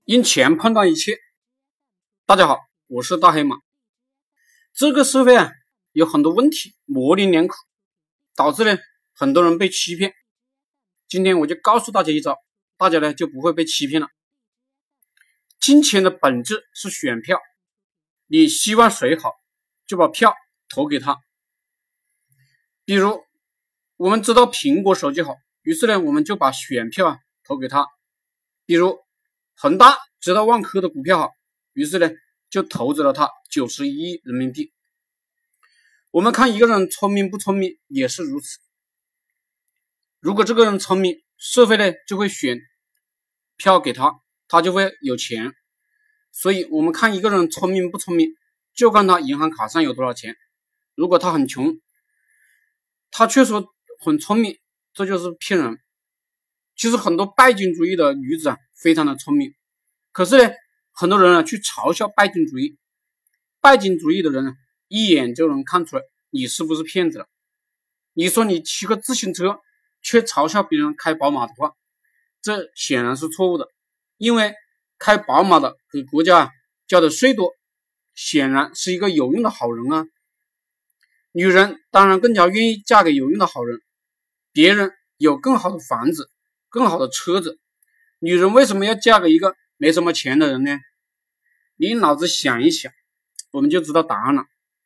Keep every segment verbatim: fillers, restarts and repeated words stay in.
因钱判断一切。大家好，我是大黑马。这个社会啊，有很多问题模棱两可，导致呢很多人被欺骗。今天我就告诉大家一招，大家呢就不会被欺骗了。金钱的本质是选票，你希望谁好，就把票投给他。比如我们知道苹果手机好，于是呢我们就把选票啊投给他。比如恒大知道万科的股票好，于是呢就投资了他九十一亿人民币。我们看一个人聪明不聪明也是如此，如果这个人聪明，社会呢就会选票给他，他就会有钱。所以我们看一个人聪明不聪明，就看他银行卡上有多少钱。如果他很穷，他却说很聪明，这就是骗人。其实很多拜金主义的女子啊非常的聪明，可是呢很多人啊去嘲笑拜金主义。拜金主义的人啊一眼就能看出来你是不是骗子了。你说你骑个自行车却嘲笑别人开宝马的话，这显然是错误的。因为开宝马的给国家啊交的税多，显然是一个有用的好人啊。女人当然更加愿意嫁给有用的好人，别人有更好的房子，更好的车子，女人为什么要嫁给一个没什么钱的人呢？你脑子想一想，我们就知道答案了。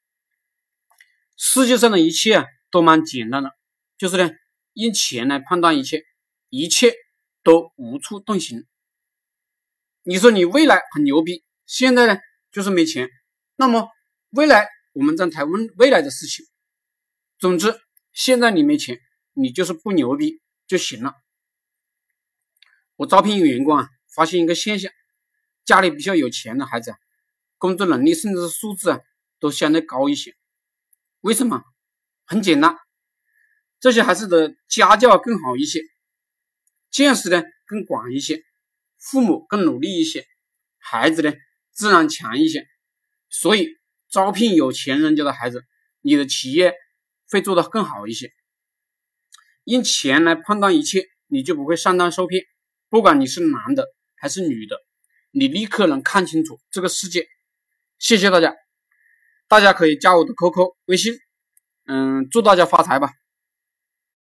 世界上的一切啊都蛮简单的，就是呢用钱来判断一切，一切都无处遁形。你说你未来很牛逼，现在呢就是没钱，那么未来我们再谈未来的事情。总之现在你没钱，你就是不牛逼就行了。我招聘一个员工啊，发现一个现象，家里比较有钱的孩子啊，工作能力甚至是素质啊都相对高一些。为什么？很简单，这些孩子的家教更好一些，见识呢更广一些，父母更努力一些，孩子呢自然强一些。所以招聘有钱人家的孩子，你的企业会做得更好一些。用钱来判断一切，你就不会上当受骗。不管你是男的还是女的，你立刻能看清楚这个世界。谢谢大家，大家可以加我的 Q Q 微信，嗯，祝大家发财吧。